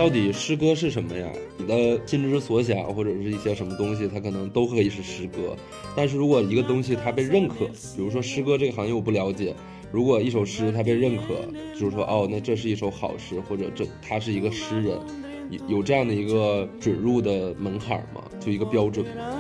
到底诗歌是什么呀？你的心之所想或者是一些什么东西，它可能都可以是诗歌。但是如果一个东西它被认可，比如说诗歌这个行业我不了解，如果一首诗它被认可，就是说哦，那这是一首好诗，或者他是一个诗人，有这样的一个准入的门槛吗？就一个标准吗？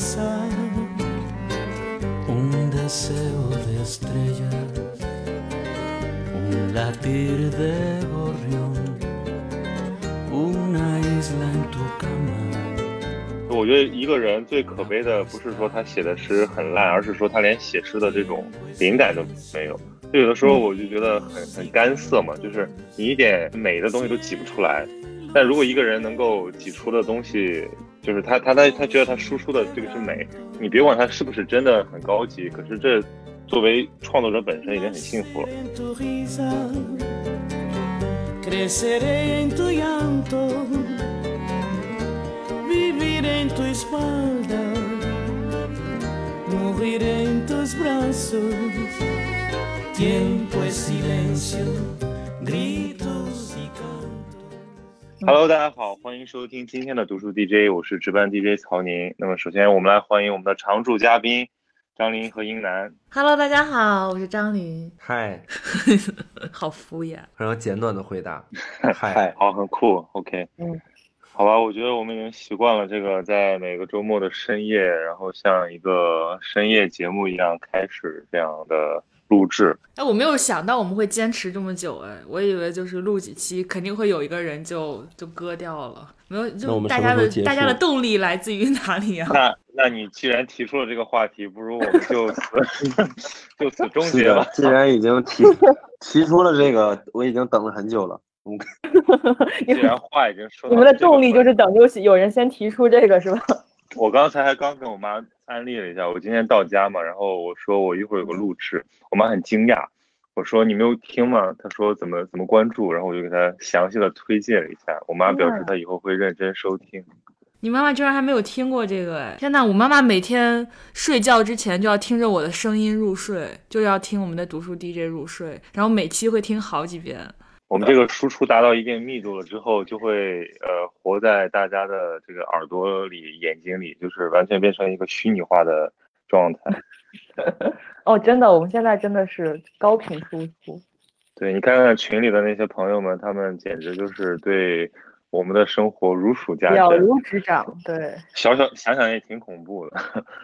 我觉得一个人最可悲的不是说他写的诗很烂，而是说他连写诗的这种灵感都没有。就有的时候我就觉得很干涩嘛，就是你一点美的东西都挤不出来。但如果一个人能够挤出的东西，就是他觉得他输出的这个是美，你别管他是不是真的很高级，可是这作为创作者本身已经很幸福了。Hello， 大家好，欢迎收听今天的读书 DJ， 我是值班 DJ 曹宁。那么首先我们来欢迎我们的常驻嘉宾张琳和英男。 Hello， 大家好，我是张琳。 嗨， 好敷衍， 非常简短的回答。 嗨，好，很酷。OK，好吧，我觉得我们已经习惯了这个在每个周末的深夜，然后像一个深夜节目一样开始这样的录制。 我没有想到我们会坚持这么久，我以为就是录几期肯定会有一个人就割掉了，没有，就大家的动力来自于哪里啊？ 那你既然提出了这个话题，不如我们就此终结了。 既然已经提出了这个，我已经等了很久了。 既然话已经说到， 你们的动力就是等有人先提出这个是吧？ 我刚才刚跟我妈安利了一下，我今天到家嘛，然后我说我一会儿有个录制，我妈很惊讶，我说你没有听吗？她说怎么关注，然后我就给她详细的推荐了一下，我妈表示她以后会认真收听。 你妈妈居然还没有听过这个天哪！我妈妈每天睡觉之前就要听着我的声音入睡，就要听我们的读书 DJ 入睡，然后每期会听好几遍。 我们这个输出达到一定密度了之后，就会活在大家的这个耳朵里、眼睛里，就是完全变成一个虚拟化的状态。 哦，真的，我们现在真的是高频输出。 对，你看看群里的那些朋友们，他们简直就是对我们的生活如数家珍， 了如指掌。对， 想想也挺恐怖的。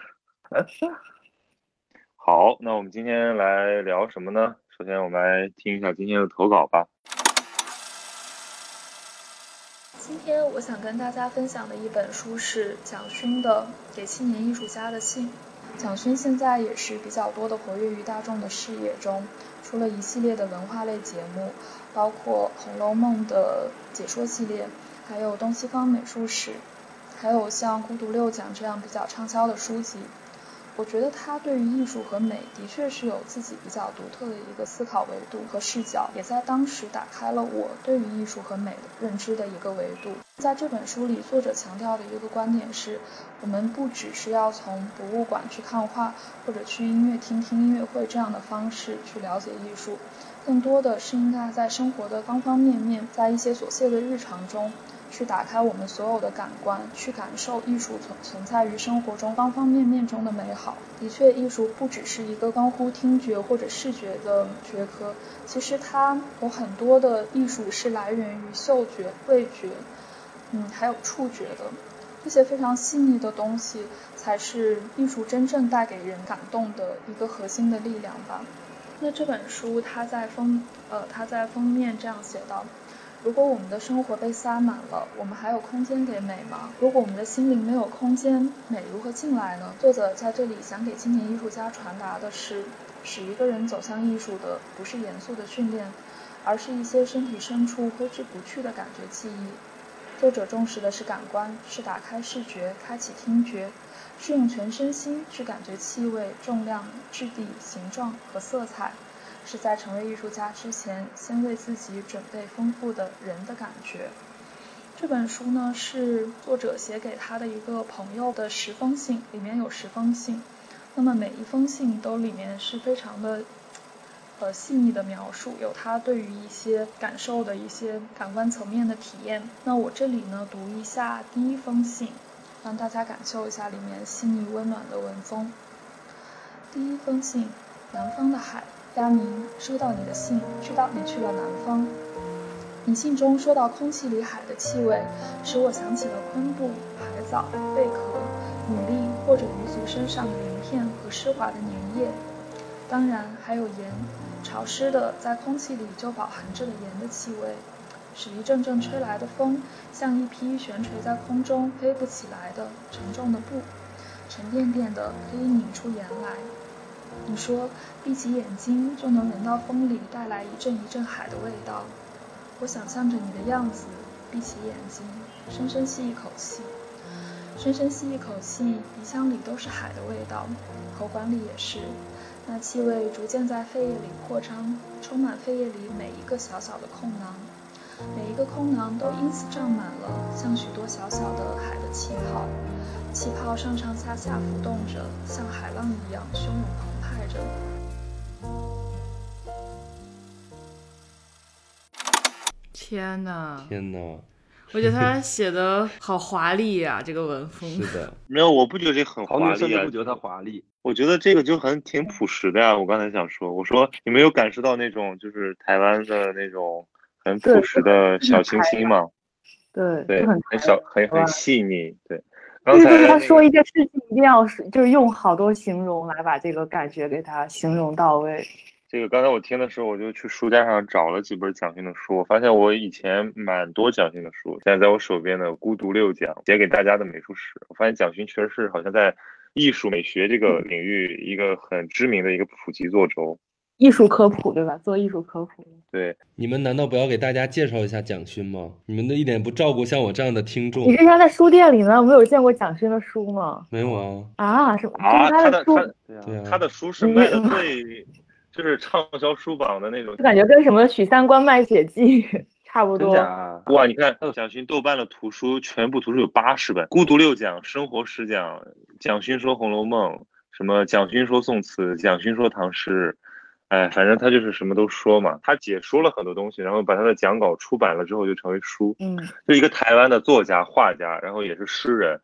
好，那我们今天来聊什么呢？首先我们来听一下今天的投稿吧。 今天我想跟大家分享的一本书是蒋勋的《给青年艺术家的信》。蒋勋现在也是比较多的活跃于大众的视野中，出了一系列的文化类节目，包括《红楼梦》的解说系列，还有东西方美术史，还有像《孤独六讲》这样比较畅销的书籍。我觉得他对于艺术和美的确是有自己比较独特的一个思考维度和视角，也在当时打开了我对于艺术和美的认知的一个维度。在这本书里，作者强调的一个观点是，我们不只是要从博物馆去看画，或者去音乐厅听音乐会这样的方式去了解艺术，更多的是应该在生活的方方面面，在一些琐碎的日常中去打开我们所有的感官，去感受艺术存在于生活中方方面面中的美好。的确，艺术不只是一个关乎听觉或者视觉的学科，其实它有很多的艺术是来源于嗅觉、味觉，还有触觉的。这些非常细腻的东西才是艺术真正带给人感动的一个核心的力量吧。那这本书它在封面这样写道：如果我们的生活被塞满了，我们还有空间给美吗？如果我们的心灵没有空间，美如何进来呢？作者在这里想给青年艺术家传达的是，使一个人走向艺术的不是严肃的训练，而是一些身体深处挥之不去的感觉记忆。作者重视的是感官，是打开视觉，开启听觉，是用全身心去感觉气味、重量、质地、形状和色彩，是在成为艺术家之前先为自己准备丰富的人的感觉。这本书呢是作者写给他的一个朋友的10封信，里面有10封信，那么每一封信都里面是非常的细腻的描述，有他对于一些感受的一些感官层面的体验。那我这里呢读一下第一封信，让大家感受一下里面细腻温暖的文风。第一封信，南方的海。佳明，收到你的信，知道你去了南方。你信中说到空气里海的气味，使我想起了昆布、海藻、贝壳、牡蛎或者鱼族身上的鳞片和湿滑的粘液，当然还有盐，潮湿的在空气里就饱含着了盐的气味，使一阵阵吹来的风像一匹悬垂在空中飞不起来的沉重的布，沉甸甸的可以拧出盐来。你说闭起眼睛就能闻到风里带来一阵一阵海的味道，我想象着你的样子，闭起眼睛，深深吸一口气，深深吸一口气，鼻腔里都是海的味道，喉管里也是，那气味逐渐在肺叶里扩张，充满肺叶里每一个小小的空囊，每一个空囊都因此胀满了，像许多小小的海的气泡，气泡上上下下浮动着，像海浪一样汹涌澎湃着。 天哪！ 天哪！ 我觉得他写的好华丽呀，这个文风。 是的， 没有，我不觉得这很曹华丽啊宁甚至不，觉得它华丽。 我觉得这个就挺朴实的呀。我刚才想说，我说你没有感受到那种就是台湾的那种很朴实的小清新吗？ 对， 对， 就很细腻。对， 就是他刚才那个说一件事情一定要就是用好多形容来把这个感觉给他形容到位。 这个刚才我听的时候，我就去书架上找了几本蒋勋的书，我发现我以前蛮多蒋勋的书，现在在我手边的《孤独六讲》写给大家的美术史，我发现蒋勋确实是好像在艺术美学这个领域一个很知名的一个普及作者。 艺术科普对吧？做艺术科普。 对， 你们难道不要给大家介绍一下蒋勋吗？你们的一点不照顾像我这样的听众你。之前在书店里呢，没有见过蒋勋的书吗？ 没有啊？ 啊，是吗？ 啊， 就是的书， 对啊， 他的书是卖的最就是畅销书榜的那种就。感觉跟什么《许三观卖血记》差不真多。 假？ 哇，你看蒋勋豆瓣的图书，全部图书有80本，孤独六讲、生活十讲、蒋勋说《红楼梦》，什么蒋勋说宋词、蒋勋说唐诗，哎，反正他就是什么都说嘛。他解说了很多东西，然后把他的讲稿出版了之后就成为书。就一个台湾的作家、画家，然后也是诗人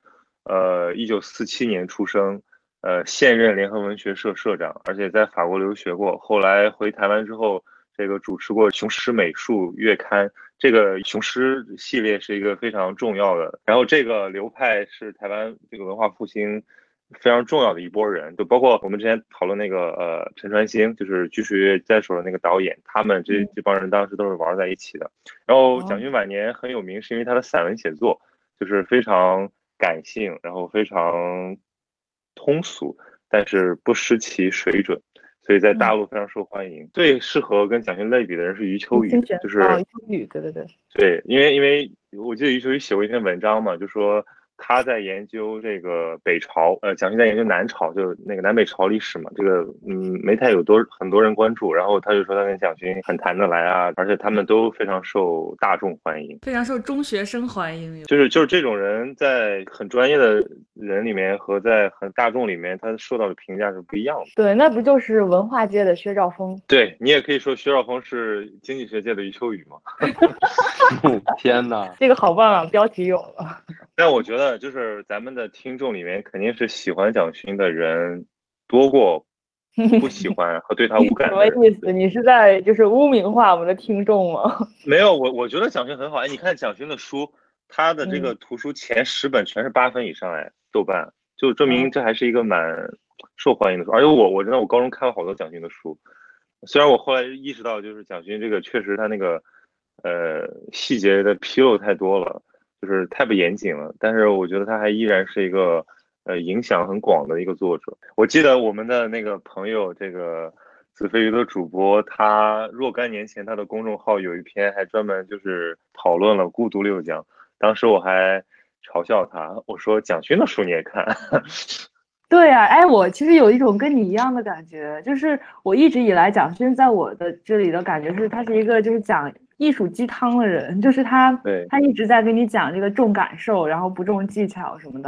，1947年出生。现任联合文学社社长，而且在法国留学过。后来回台湾之后，这个主持过《雄狮美术月刊》，这个雄狮系列是一个非常重要的。然后这个流派是台湾这个文化复兴非常重要的一波人，就包括我们之前讨论那个陈传兴，就是《巨石乐在手》的那个导演，他们这帮人当时都是玩在一起的。然后蒋勋晚年很有名，是因为他的散文写作就是非常感性，然后非常通俗，但是不失其水准，所以在大陆非常受欢迎。最适合跟蒋勋类比的人是余秋雨，就是余秋雨，对对对， 对，因为我记得余秋雨写过一篇文章嘛，就说他在研究这个北朝，蒋勋在研究南朝，就那个南北朝历史嘛，这个没太有很多人关注，然后他就说他跟蒋勋很谈得来啊，而且他们都非常受大众欢迎， 非常受中学生欢迎。 就是这种人在很专业的人里面和在很大众里面，他受到的评价是不一样的。 对，那不就是文化界的薛兆丰？ 对，你也可以说薛兆丰是经济学界的余秋雨嘛。 天哪， 这个好棒啊，标题有了。 但我觉得就是咱们的听众里面肯定是喜欢蒋勋的人多过不喜欢和对他无感的人。 什么意思？你是在就是污名化我们的听众吗？ 没有，我觉得蒋勋很好。哎，你看蒋勋的书，他的这个图书前10本全是8分以上，哎，豆瓣就证明这还是一个蛮受欢迎的书。而且我真的高中看了好多蒋勋的书，虽然我后来意识到就是蒋勋这个确实他那个细节的纰漏太多了，就是太不严谨了，但是我觉得他还依然是一个影响很广的一个作者。我记得我们的那个朋友这个子非鱼的主播，他若干年前他的公众号有一篇还专门就是讨论了孤独六讲，当时我还嘲笑他，我说蒋勋的书你也看。 对啊，哎，我其实有一种跟你一样的感觉，就是我一直以来蒋勋在我的这里的感觉是他是一个就是讲艺术鸡汤的人，就是他一直在跟你讲这个重感受，然后不重技巧什么的。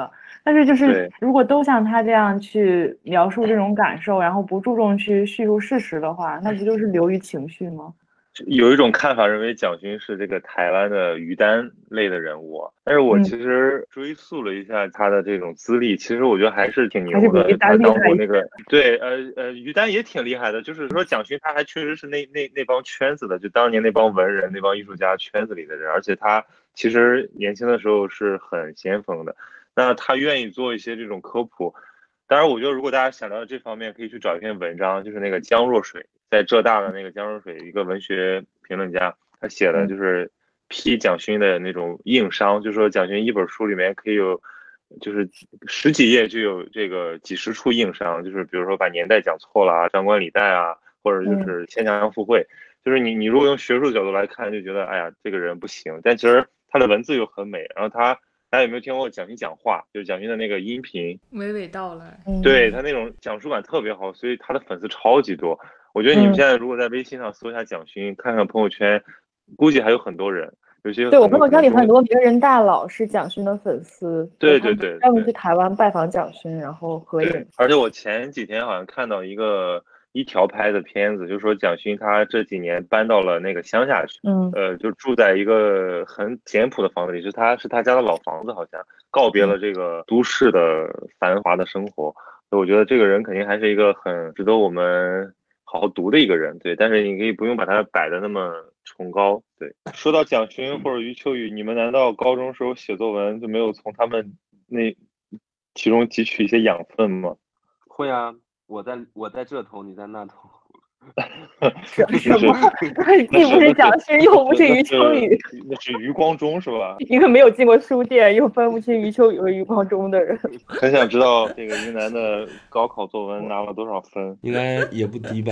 但是就是对如果都像他这样去描述这种感受，然后不注重去叙述事实的话，那不就是流于情绪吗？ 有一种看法认为蒋勋是这个台湾的于丹类的人物，但是我嗯， 其实追溯了一下他的这种资历，其实我觉得还是挺还是比于牛的。他丹厉害一些。 当过那个，对，于丹也挺厉害的。就是说蒋勋他还确实是那帮圈子的，就当年那帮文人、那帮艺术家圈子里的人，而且他其实年轻的时候是很先锋的。那他愿意做一些这种科普。当然，我觉得如果大家想到这方面，可以去找一篇文章，就是那个江若水，在浙大的那个江若水，一个文学评论家，他写的就是批蒋勋的那种硬伤，就说蒋勋一本书里面可以有，就是十几页就有这个几十处硬伤，就是比如说把年代讲错了啊，张冠李戴啊，或者就是牵强附会，就是你如果用学术角度来看，就觉得哎呀这个人不行，但其实他的文字又很美，然后大家有没有听过蒋勋讲话？就是蒋勋的那个音频， 娓娓道来。 对他那种讲述感特别好，所以他的粉丝超级多。我觉得你们现在如果在微信上搜一下蒋勋，看看朋友圈，估计还有很多人，有些对，我朋友圈里很很多名人大佬是蒋勋的粉丝，他们对对对专门去台湾拜访蒋勋，然后合对， 影。 而且我前几天好像看到一条拍的片子，就说蒋勋他这几年搬到了那个乡下去，就住在一个很简朴的房子里，是他家的老房子，好像告别了这个都市的繁华的生活。所以我觉得这个人肯定还是一个很值得我们好好读的一个人，对。但是你可以不用把他摆的那么崇高，对。说到蒋勋或者余秋雨，你们难道高中时候写作文就没有从他们那其中汲取一些养分吗？ 会啊，我在这头，你在那头。 什么？既不是蒋勋，又不是余秋雨， 那是余光中是吧？ 一个没有进过书店又分不清余秋雨和余光中的人。 很想知道这个云南的高考作文拿了多少分？ 应该也不低吧。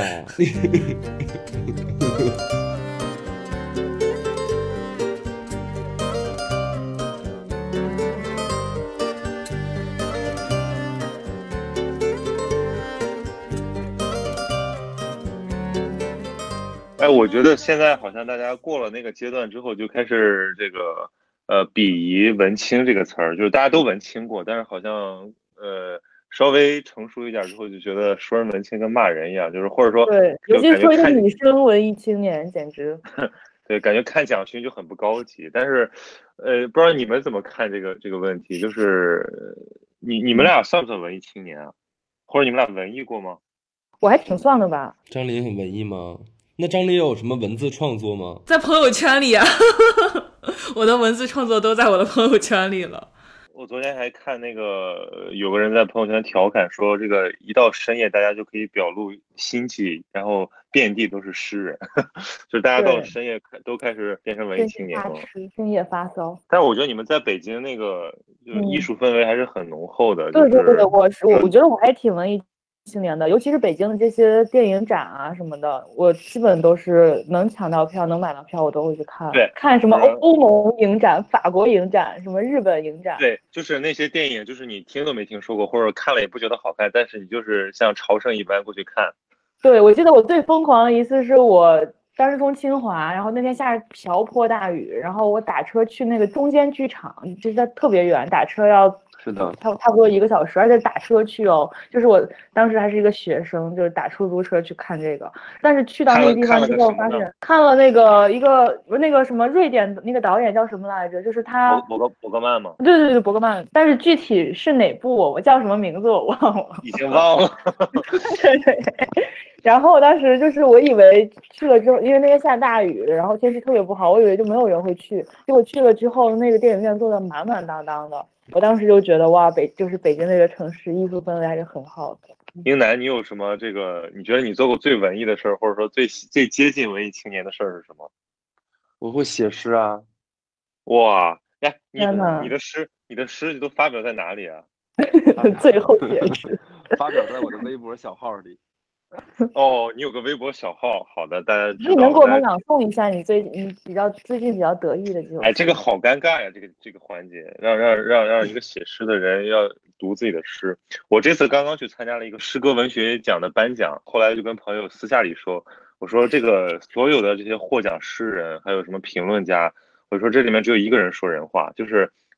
哎，我觉得现在好像大家过了那个阶段之后，就开始这个鄙夷文青这个词儿，就是大家都文青过，但是好像稍微成熟一点之后，就觉得说人文青跟骂人一样，就是或者说对，尤其是说一个女生文艺青年，简直对，感觉看蒋勋就很不高级。但是不知道你们怎么看这个问题？就是你们俩算不算文艺青年啊？或者你们俩文艺过吗？ 我还挺算的吧。 张琳很文艺吗？那张琳有什么文字创作吗？ 在朋友圈里啊，我的文字创作都在我的朋友圈里了。 我昨天还看那个有个人在朋友圈调侃说，这个一到深夜大家就可以表露心迹，然后遍地都是诗人，就是大家到深夜都开始变成文艺青年了， 深夜发骚。 但是我觉得你们在北京那个就艺术氛围还是很浓厚的。 对对对，我觉得我还挺文艺青年的，尤其是北京的这些电影展啊什么的，我基本都是能抢到票、能买到票，我都会去看。 对， 看什么欧盟影展、法国影展、什么日本影展。 对，就是那些电影，就是你听都没听说过，或者看了也不觉得好看，但是你就是像朝圣一般过去看。 对，我记得我最疯狂的一次是我当时从清华，然后那天下着瓢泼大雨，然后我打车去那个中间剧场，就是它特别远，打车要。 是的， 差不多1个小时，而且打车去哦，就是我当时还是一个学生，就是打出租车去看这个。但是去到那个地方之后，发现看了那个什么瑞典那个导演叫什么来着？就是他伯格曼吗？ 对对对，伯格曼。但是具体是哪部我叫什么名字我忘了， 已经忘了。 对对。然后当时就是我以为去了之后，因为那天下大雨，然后天气特别不好，我以为就没有人会去。结果去了之后，那个电影院坐得满满当当的。我当时就觉得哇，北京这个城市艺术氛围还是很好的。 英男，你有什么这个？你觉得你做过最文艺的事儿，或者说最接近文艺青年的事儿是什么？ 我会写诗啊！ 哇，哎，你的诗都发表在哪里啊？ 最后写诗， 发表在我的微博小号里。 哦，你有个微博小号，好的，大家知道。 你能给我们朗诵一下你最近比较得意的这种？ 哎，这个好尴尬呀，这个环节，让一个写诗的人要读自己的诗。我这次刚刚去参加了一个诗歌文学奖的颁奖，后来就跟朋友私下里说，我说这个所有的这些获奖诗人，还有什么评论家，我说这里面只有一个人说人话，就是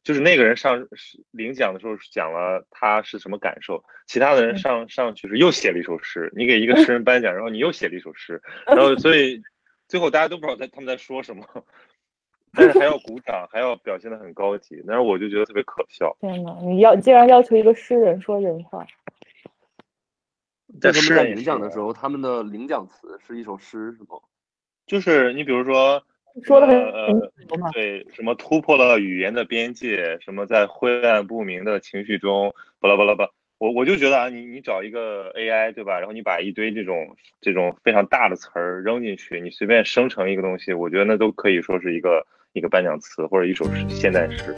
就是那个人领奖的时候讲了他是什么感受，其他的人上去是又写了一首诗，你给一个诗人颁奖，然后你又写了一首诗，然后所以最后大家都不知道他们在说什么，但是还要鼓掌，还要表现得很高级，但是我就觉得特别可笑。 天哪，竟然要求一个诗人说人话。 在他们在领诗人也是奖的时候，他们的领奖词是一首诗，是吗？ 就是你比如说说的很对，什么突破了语言的边界，什么在灰暗不明的情绪中，巴拉巴拉巴。我就觉得啊，你找一个 AI 对吧，然后你把一堆这种非常大的词儿扔进去，你随便生成一个东西，我觉得那都可以说是一个颁奖词或者一首现代诗。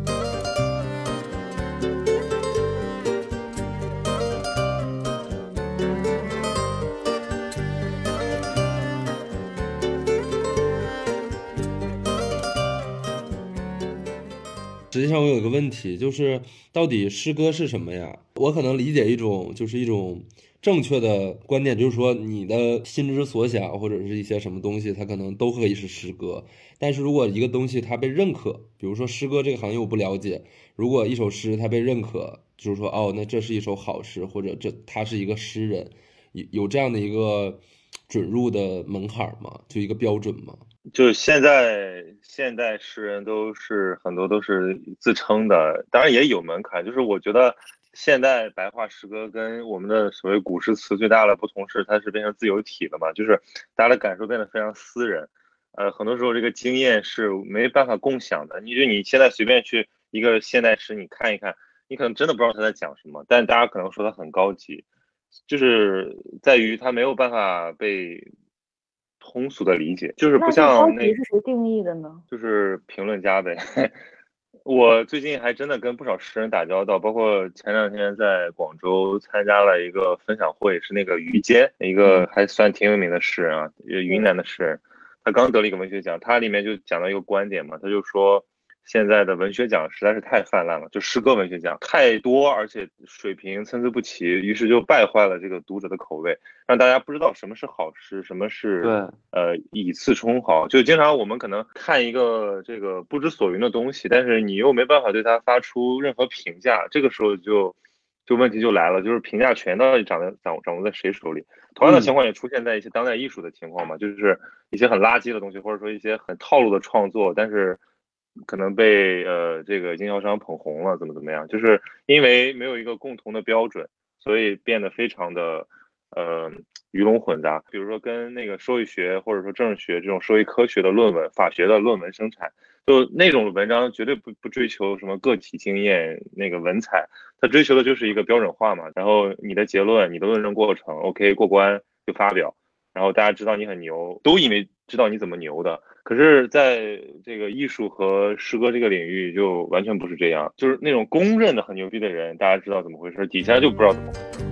实际上我有一个问题，就是到底诗歌是什么呀？我可能理解一种正确的观点，就是说你的心之所想或者是一些什么东西，它可能都可以是诗歌。但是如果一个东西它被认可，比如说诗歌这个行业我不了解，如果一首诗它被认可，就是说哦，那这是一首好诗，或者他是一个诗人，有这样的一个准入的门槛吗？就一个标准吗？ 就现代诗人很多都是自称的，当然也有门槛。就是我觉得现代白话诗歌跟我们的所谓古诗词最大的不同是，它是变成自由体了嘛，就是大家的感受变得非常私人。很多时候这个经验是没办法共享的。你现在随便去一个现代诗，你看一看，你可能真的不知道他在讲什么，但大家可能说他很高级，就是在于他没有办法被通俗的理解，就是不像那是谁定义的呢？ 就是评论家呗。我最近还真的跟不少诗人打交道，包括前2天在广州参加了一个分享会，是那个于坚，一个还算挺有名的诗人啊，云南的诗人，他刚得了一个文学奖，他里面就讲到一个观点嘛，他就说现在的文学奖实在是太泛滥了，就诗歌文学奖太多，而且水平参差不齐，于是就败坏了这个读者的口味，让大家不知道什么是好诗，什么是以次充好。就经常我们可能看一个这个不知所云的东西，但是你又没办法对它发出任何评价，这个时候就问题就来了，就是评价权到底掌握在谁手里？同样的情况也出现在一些当代艺术的情况嘛，就是一些很垃圾的东西，或者说一些很套路的创作，但是可能被这个经销商捧红了，怎么样？就是因为没有一个共同的标准，所以变得非常的鱼龙混杂。比如说跟那个社会学或者说政治学这种社会科学的论文、法学的论文生产，就那种文章绝对不追求什么个体经验那个文采，它追求的就是一个标准化嘛。然后你的结论、你的论证过程 OK 过关就发表，然后大家知道你很牛，都以为知道你怎么牛的。可是在这个艺术和诗歌这个领域就完全不是这样，就是那种公认的很牛逼的人，大家知道怎么回事，底下就不知道怎么回事。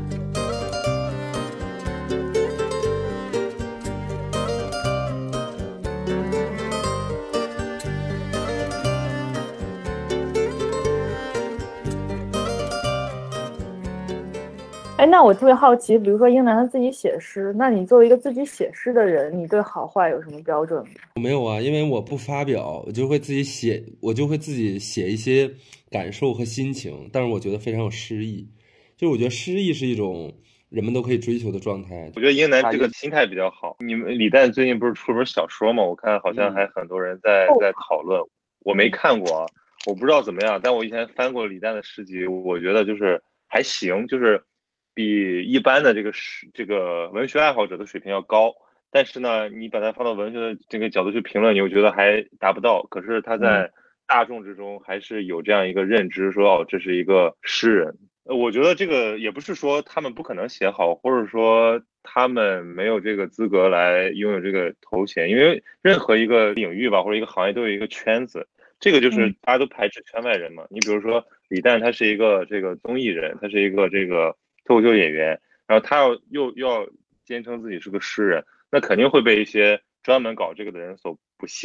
哎，那我特别好奇，比如说英男他自己写诗，那你作为一个自己写诗的人，你对好坏有什么标准吗？ 没有啊，因为我不发表，我就会自己写一些感受和心情，但是我觉得非常有诗意。就我觉得诗意是一种人们都可以追求的状态。 我觉得英男这个心态比较好。你们李诞最近不是出本小说吗？我看好像还很多人在讨论，我没看过，我不知道怎么样。但我以前翻过李诞的诗集，我觉得就是还行，就是比一般的这个文学爱好者的水平要高。但是呢，你把它放到文学的这个角度去评论，你会觉得还达不到。可是他在大众之中还是有这样一个认知，说哦，这是一个诗人。我觉得这个也不是说他们不可能写好，或者说他们没有这个资格来拥有这个头衔，因为任何一个领域吧，或者一个行业都有一个圈子，这个就是大家都排斥圈外人嘛。你比如说李诞，他是一个这个综艺人，他是一个这个脱口秀演员，然后他又要坚称自己是个诗人，那肯定会被一些专门搞这个的人所不屑。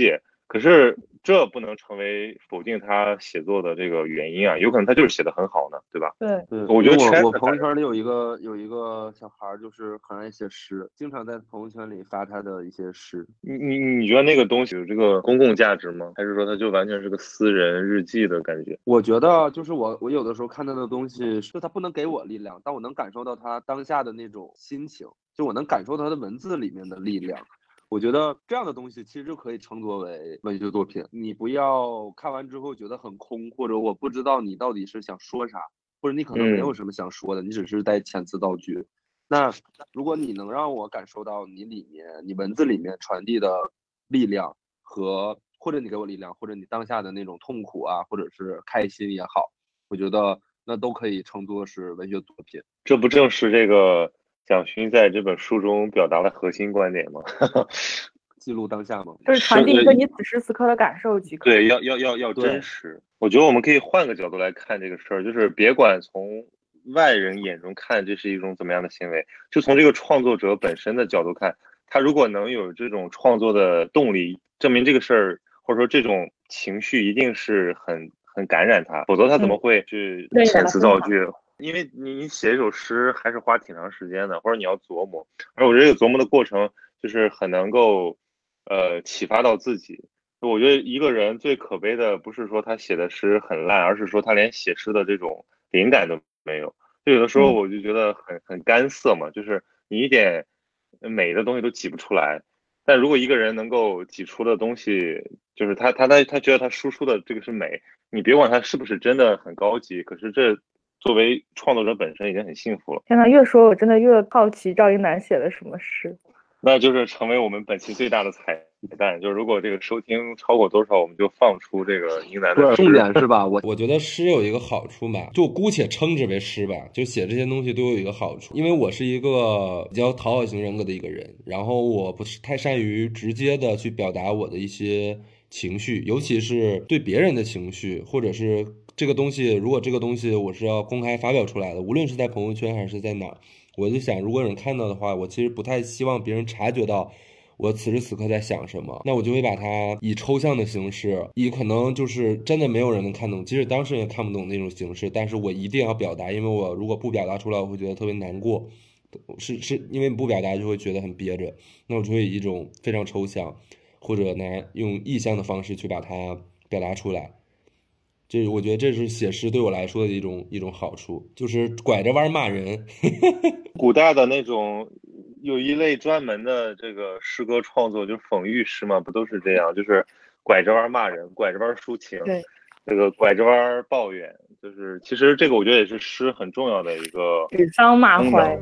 可是这不能成为否定他写作的这个原因啊，有可能他就是写的很好呢，对吧？ 对， 对， 我觉得因为圈子我朋友圈里有一个小孩儿，就是很爱写诗，经常在朋友圈里发他的一些诗。 你觉得那个东西有这个公共价值吗？还是说它就完全是个私人日记的感觉？ 我觉得就是我有的时候看他的东西，就他不能给我力量，但我能感受到他当下的那种心情，就我能感受到他的文字里面的力量。我觉得这样的东西其实就可以称作为文学作品。你不要看完之后觉得很空，或者我不知道你到底是想说啥，或者你可能没有什么想说的，你只是在遣词造句。那如果你能让我感受到你文字里面传递的力量或者你给我力量，或者你当下的那种痛苦啊，或者是开心也好，我觉得那都可以称作是文学作品。 这不正是这个蒋勋在这本书中表达的核心观点吗？ 记录当下吗？ 就是传递一个你此时此刻的感受即可。 对，要真实。我觉得我们可以换个角度来看这个事儿，就是别管从外人眼中看这是一种怎么样的行为，就从这个创作者本身的角度看，他如果能有这种创作的动力，证明这个事儿或者说这种情绪一定是很感染他，否则他怎么会去遣词造句？因为你写一首诗还是花挺长时间的，或者你要琢磨，而我觉得这个琢磨的过程就是很能够启发到自己。我觉得一个人最可悲的不是说他写的诗很烂，而是说他连写诗的这种灵感都没有。就有的时候我就觉得很干涩嘛，就是你一点美的东西都挤不出来。但如果一个人能够挤出的东西，就是他觉得他输出的这个是美，你别管他是不是真的很高级，可是这作为创作者本身已经很幸福了。 天呐，越说我真的越好奇赵英男写的什么诗。 那就是成为我们本期最大的彩蛋，就是如果这个收听超过多少，我们就放出这个英男的诗。 重点是吧？ 我觉得诗有一个好处吧，就姑且称之为诗吧，就写这些东西都有一个好处，因为我是一个比较讨好型人格的一个人，然后我不是太善于直接的去表达我的一些情绪，尤其是对别人的情绪，或者是这个东西，如果这个东西我是要公开发表出来的，无论是在朋友圈还是在哪，我就想如果有人看到的话，我其实不太希望别人察觉到我此时此刻在想什么，那我就会把它以抽象的形式，以可能就是真的没有人能看懂，即使当事人也看不懂那种形式，但是我一定要表达，因为我如果不表达出来，我会觉得特别难过，是因为不表达就会觉得很憋着，那我就会以一种非常抽象或者用意象的方式去把它表达出来。这我觉得这是写诗对我来说的一种好处，就是拐着弯骂人。 古代的那种有一类专门的这个诗歌创作，就是讽喻诗嘛，不都是这样？就是拐着弯骂人，拐着弯抒情， 对， 这个拐着弯抱怨，就是其实这个我觉得也是诗很重要的一个指桑骂槐。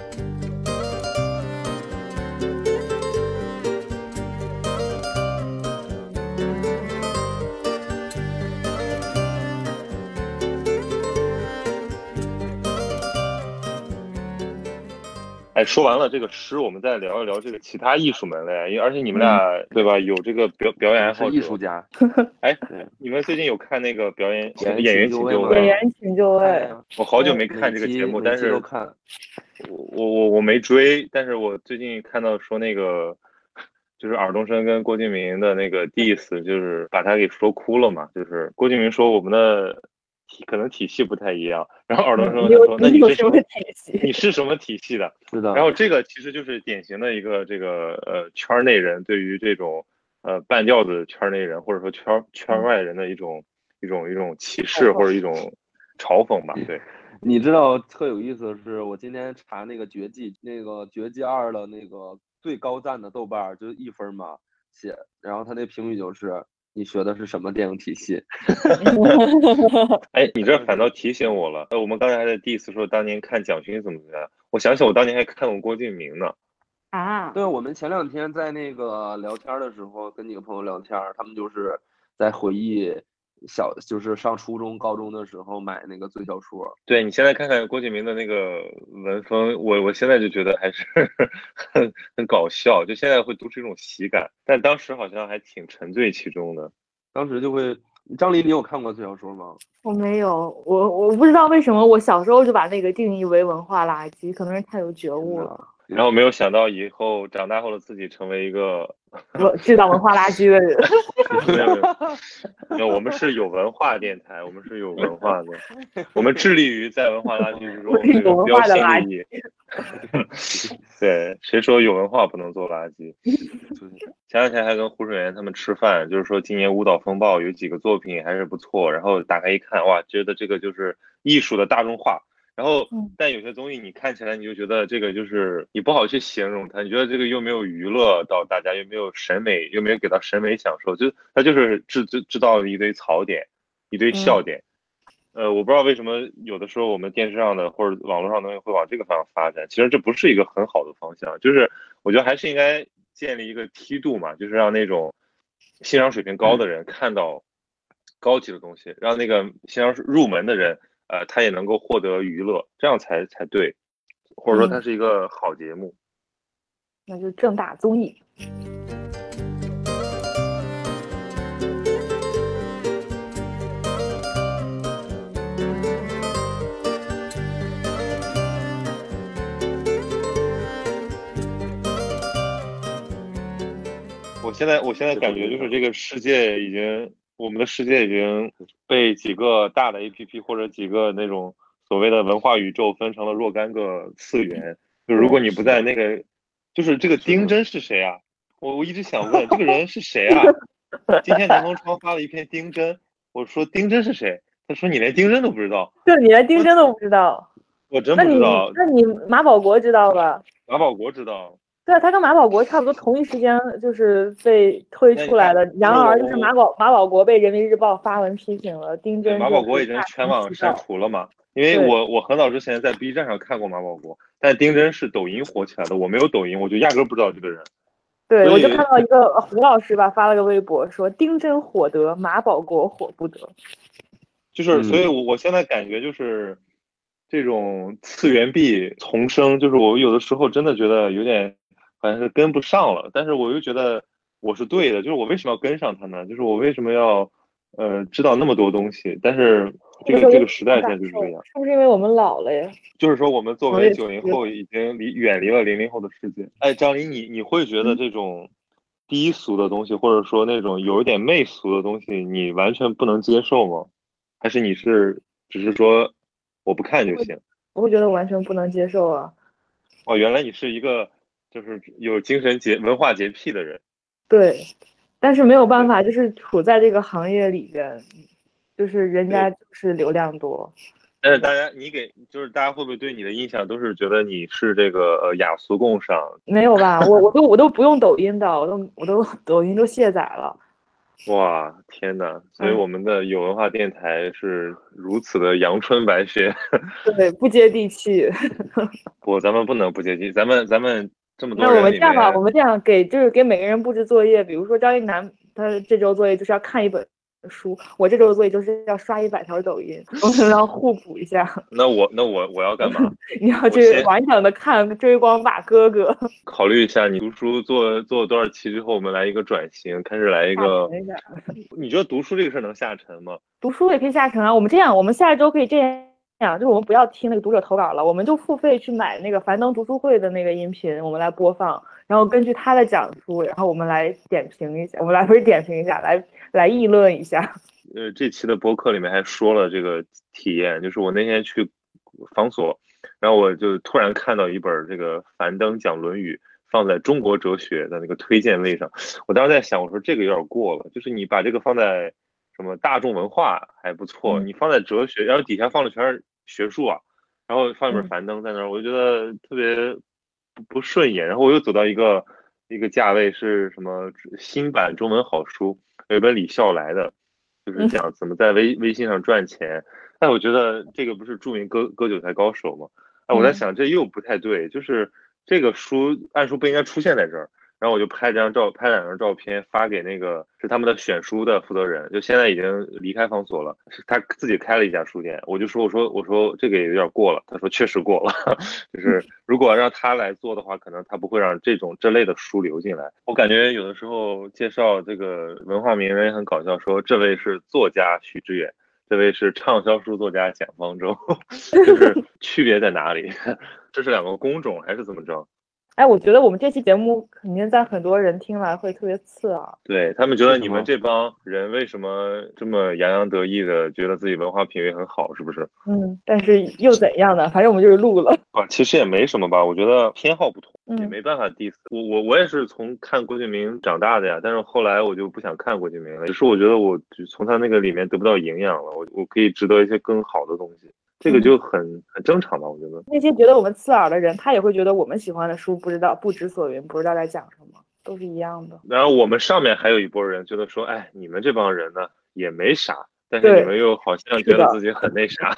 哎，说完了这个诗，我们再聊一聊这个其他艺术门类，因为而且你们俩对吧，有这个表演爱好者， 艺术家。 哎，你们最近有看那个演员请就位吗？ 演员请就位， 我好久没看这个节目，但是我没追，但是我最近看到说那个就是尔冬升跟郭敬明的那个 diss， 就是把他给说哭了嘛，就是郭敬明说我们的可能体系不太一样，然后尔冬升就说那你是什么体系？你是什么体系的？ 是的。 然后这个其实就是典型的一个这个圈内人对于这种半吊子圈内人或者说圈外人的一种歧视或者一种嘲讽吧。对， 你知道特有意思的是，我今天查那个绝技2的那个最高赞的豆瓣就是1分嘛写，然后他那评语就是你学的是什么电影体系？ 哎，你这反倒提醒我了。我们刚才还在diss说当年看蒋勋怎么样，我想起我当年还看过郭敬明呢。 啊， 对，我们前2天在那个聊天的时候，跟几个朋友聊天，他们就是在回忆就是上初中、高中的时候买那个最小说。 对，你现在看看郭敬明的那个文风，我现在就觉得还是很搞笑，就现在会读出一种喜感，但当时好像还挺沉醉其中的。 当时就会，张黎，你有看过最小说吗？ 我没有，我不知道为什么我小时候就把那个定义为文化垃圾，可能是太有觉悟了。 然后没有想到以后长大后的自己成为一个制造文化垃圾的人。 没有没有没有，我们是有文化电台，我们是有文化的，我们致力于在文化垃圾之中这个标新立异。对，谁说有文化不能做垃圾？前两天还跟胡水岩他们吃饭，就是说今年舞蹈风暴有几个作品还是不错，然后打开一看，哇，觉得这个就是艺术的大众化。然后，但有些综艺你看起来你就觉得这个就是你不好去形容它，你觉得这个又没有娱乐到大家，又没有审美，又没有给到审美享受，就它就是制造了一堆槽点，一堆笑点。我不知道为什么有的时候我们电视上的或者网络上的东西会往这个方向发展，其实这不是一个很好的方向，就是我觉得还是应该建立一个梯度嘛，就是让那种欣赏水平高的人看到高级的东西，让那个欣赏入门的人。他也能够获得娱乐，这样才对，或者说它是一个好节目。 那就正大综艺。 我现在感觉就是这个世界已经。我们的世界已经被几个大的 APP 或者几个那种所谓的文化宇宙分成了若干个次元。就如果你不在那个，就是这个丁真是谁啊？我一直想问这个人是谁啊？今天南风窗发了一篇丁真，我说丁真是谁？他说你连丁真都不知道。 对，你连丁真都不知道？ 我真不知道。 那你马保国知道吧？ 马保国知道。 对，他跟马保国差不多同一时间就是被推出来的，然而就是马保国被人民日报发文批评了，丁真马保国已经全网删除了嘛？因为我很早之前在 B 站上看过马保国，但丁真是抖音火起来的，我没有抖音，我就压根不知道这个人。 对，我就看到一个胡老师吧发了个微博说丁真火得，马保国火不得。 就是，所以我现在感觉就是这种次元壁丛生，就是我有的时候真的觉得有点。好像是跟不上了，但是我又觉得我是对的，就是我为什么要跟上他呢？就是我为什么要知道那么多东西？但是这个时代现在就是这样， 是不是因为我们老了呀？ 就是说我们作为90后已经远离了00后的世界。哎，张琳，你会觉得这种低俗的东西，或者说那种有一点媚俗的东西，你完全不能接受吗？还是你只是说我不看就行？ 我会觉得完全不能接受啊！ 哦，原来你是一个。就是有精神文化洁癖的人， 对，但是没有办法，就是处在这个行业里边，就是人家就是流量多。 但是大家会不会对你的印象都是觉得你是这个雅俗共赏？ 没有吧？我都不用抖音的，我都抖音都卸载了。 哇，天哪！所以我们的有文化电台是如此的阳春白雪。 对，不接地气。 咱们不能不接地气，咱们。这么多那我们这样吧，我们这样给每个人布置作业，比如说张一楠，他这周作业就是要看一本书，我这周的作业就是要刷100条抖音，我们要互补一下。 那我要干嘛？ 你要去完整的看《追光吧哥哥》。 考虑一下，你读书做多少期之后，我们来一个转型，开始来一个。你觉得读书这个事能下沉吗？ 读书也可以下沉啊，我们这样，我们下一周可以这样。就是我们不要听那个读者投稿了，我们就付费去买那个樊登读书会的那个音频，我们来播放，然后根据他的讲述，然后我们来点评一下，不是点评一下，来议论一下。 这期的播客里面还说了这个体验，就是我那天去方所，然后我就突然看到一本这个樊登讲《论语》放在中国哲学的那个推荐位上，我当时在想，我说这个有点过了，就是你把这个放在什么大众文化还不错，你放在哲学，然后底下放的全是学术啊，然后放一本樊登在那儿，我就觉得特别不顺眼。然后我又走到一个价位是什么新版中文好书，有一本李笑来的，就是讲怎么在微信上赚钱。但我觉得这个不是著名割韭菜高手吗？哎，我在想这又不太对，就是这个书按说不应该出现在这儿。然后我就拍2张照片发给那个是他们的选书的负责人，就现在已经离开方所了，是他自己开了一家书店。我就说我说这个也有点过了，他说确实过了，就是如果让他来做的话，可能他不会让这类的书流进来。我感觉有的时候介绍这个文化名人也很搞笑，说这位是作家许知远，这位是畅销书作家蒋方舟，就是区别在哪里？这是2个工种还是怎么着？ 哎，我觉得我们这期节目肯定在很多人听来会特别刺耳。 对，他们觉得你们这帮人为什么这么洋洋得意的，觉得自己文化品味很好，是不是？ 但是又怎样呢？反正我们就是录了。 其实也没什么吧，我觉得偏好不同，也嗯没办法 diss。我也是从看郭敬明长大的呀，但是后来我就不想看郭敬明了，只是我觉得我就从他那个里面得不到营养了，我可以值得一些更好的东西。这个就很正常吧，我觉得。 那些觉得我们刺耳的人，他也会觉得我们喜欢的书不知所云，不知道在讲什么，都是一样的。 然后我们上面还有一波人觉得说，哎，你们这帮人呢也没啥，但是你们又好像觉得自己很那啥。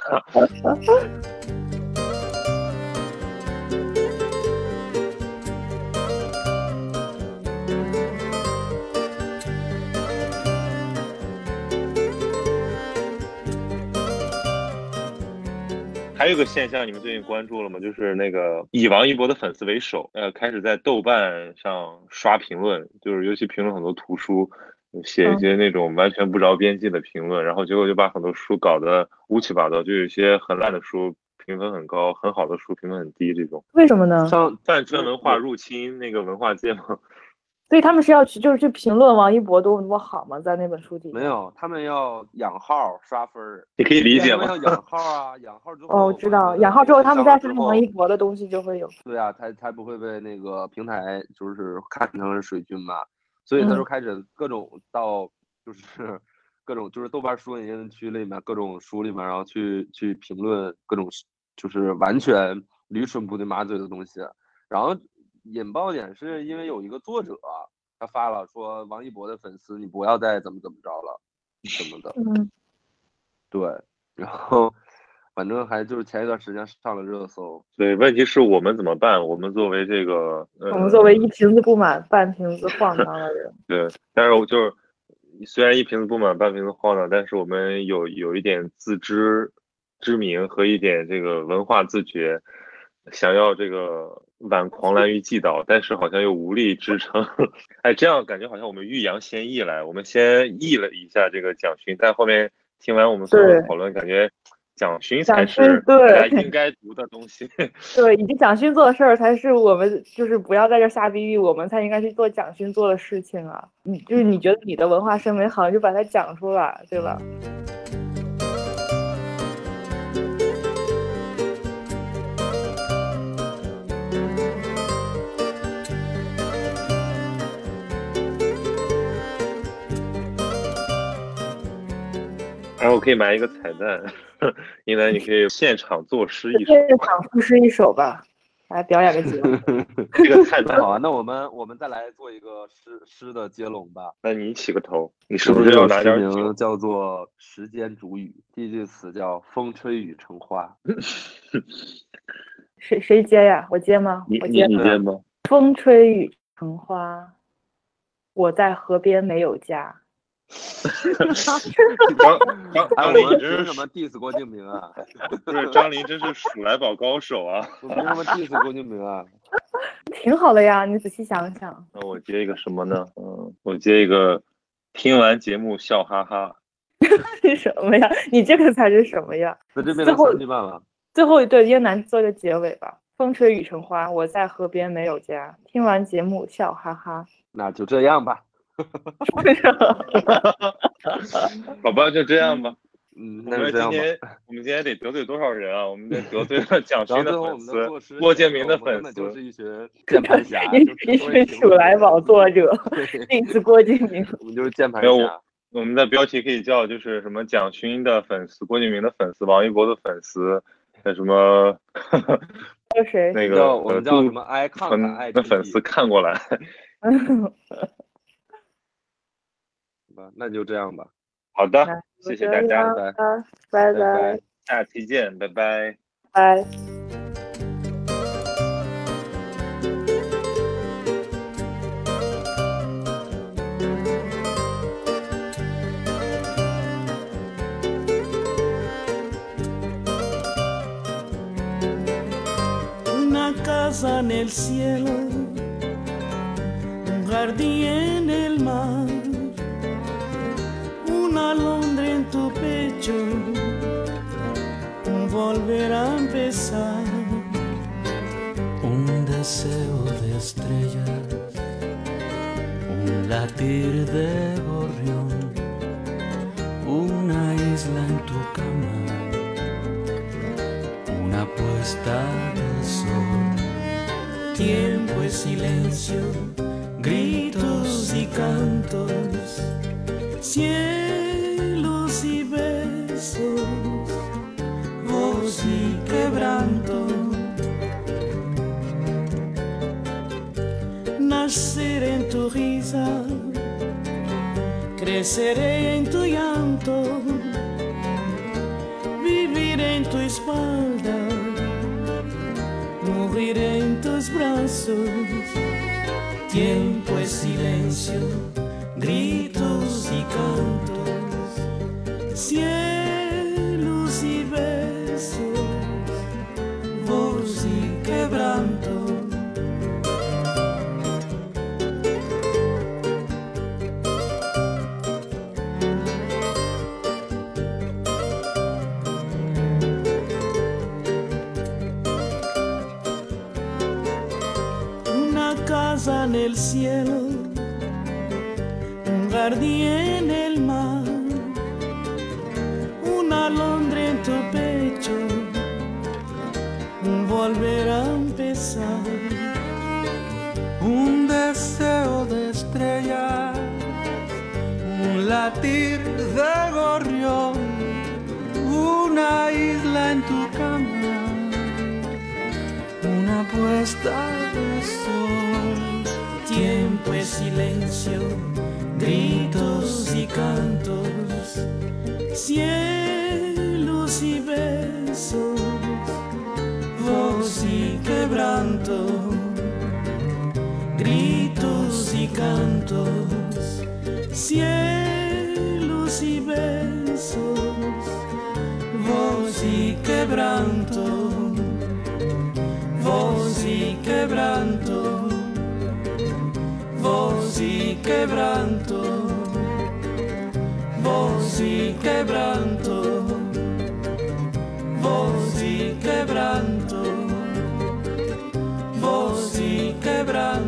还有一个现象，你们最近关注了吗？就是那个以王一博的粉丝为首，开始在豆瓣上刷评论，就是尤其评论很多图书，写一些那种完全不着边际的评论，然后结果就把很多书搞得乌七八糟，就有些很烂的书评分很高，很好的书评分很低，这种。 为什么呢？ 像饭圈文化入侵那个文化界嘛。 所以他们是要去评论王一博多好吗？在那本书底下没有，他们要养号刷分儿。 你可以理解吗？ 要养号啊，养号之后。 我知道，养号之后他们再刷王一博的东西就会有。 对啊，才不会被那个平台就是看成是水军嘛，所以他就开始各种到就是各种就是豆瓣书影音区里面各种书里面，然后去评论各种就是完全驴唇不对马嘴的东西，然后。引爆点是因为有一个作者他发了说王一博的粉丝你不要再怎么着了什么的，对，然后反正还就是前一段时间上了热搜。 对，问题是我们怎么办？我们作为这个， 我们作为一瓶子不满半瓶子晃荡的人， 对，但是我就是虽然一瓶子不满半瓶子晃荡，但是我们有一点自知之明和一点这个文化自觉。想要这个挽狂澜于既倒，但是好像又无力支撑。哎，这样感觉好像我们欲扬先抑来，我们先抑了一下这个蒋勋，但后面听完我们所有的讨论，感觉蒋勋才是大家应该读的东西。 对，以及蒋勋做的事儿才是我们就是不要在这瞎逼逼，我们才应该去做蒋勋做的事情啊！就是你觉得你的文化审美好，就把它讲出来，对吧？ 然后我可以埋一个彩蛋，应该你可以现场作诗一首， 现场赋诗一首吧，来表演个节目。 这个太好啊！那我们再来做一个诗的接龙吧。 那你起个头，你是不是要拿点诗名叫做《时间煮雨》，第一句词叫“风吹雨成花”。 谁接呀？我接吗？ 你接吗？ 风吹雨成花，我在河边没有家。 张琳真是什么 diss 郭敬明啊？ 不是，张琳真是数来宝高手啊！ 我凭什么 diss 郭敬明啊？ 挺好的呀，你仔细想想。 那我接一个什么呢？我接一个听完节目笑哈哈。 是什么呀？你这个才是什么呀？ 那这边3句半了。 最后一对，燕南做个结尾吧。风吹雨成花，我在河边没有家。听完节目笑哈哈。 那就这样吧。 好吧，就这样吧。 那就这样吧。 我们今天得得罪多少人啊？我们得罪了蒋勋的粉丝，郭敬明的粉丝， 就是一群键盘侠， 一群鼠来宝作者，这次郭敬明， 我们就是键盘侠。 我们的标题可以叫就是什么蒋勋的粉丝、郭敬明的粉丝、王一博的粉丝，什么？ 还有谁？ 那个我们叫什么？爱看看爱的粉丝看过来。 那就这样吧。 好的，谢谢大家， 拜拜， 下期见，拜拜， 拜。 Una casa en el cielo, un jardín en el mar, una alondra en tu pecho, un volver a empezar, un deseo de estrellas, un latir de gorrión, una isla en tu cama, una puesta de sol. Tiempo es silencio, gritos y cantos, cielos y besos, voz y quebranto. Naceré en tu risa, creceré en tu llanto, viviré en tu espalda, moriré en tus brazos. Tiempo es silencio, gritos y cantos, cielos y besos, voz y quebranto. En el cielo, un jardín en el mar, una alondra en tu pecho, un volver a empezar, un deseo de estrellas, un latir de gorrión, una isla en tu cama, una puesta de sol. Tiempo es silencio, gritos y cantos, cielos y besos, voz y quebranto. Gritos y cantos, cielos y besos, voz y quebranto. Voz y quebranto, voz y quebranto, voz y quebranto, voz y quebranto, voz y quebranto.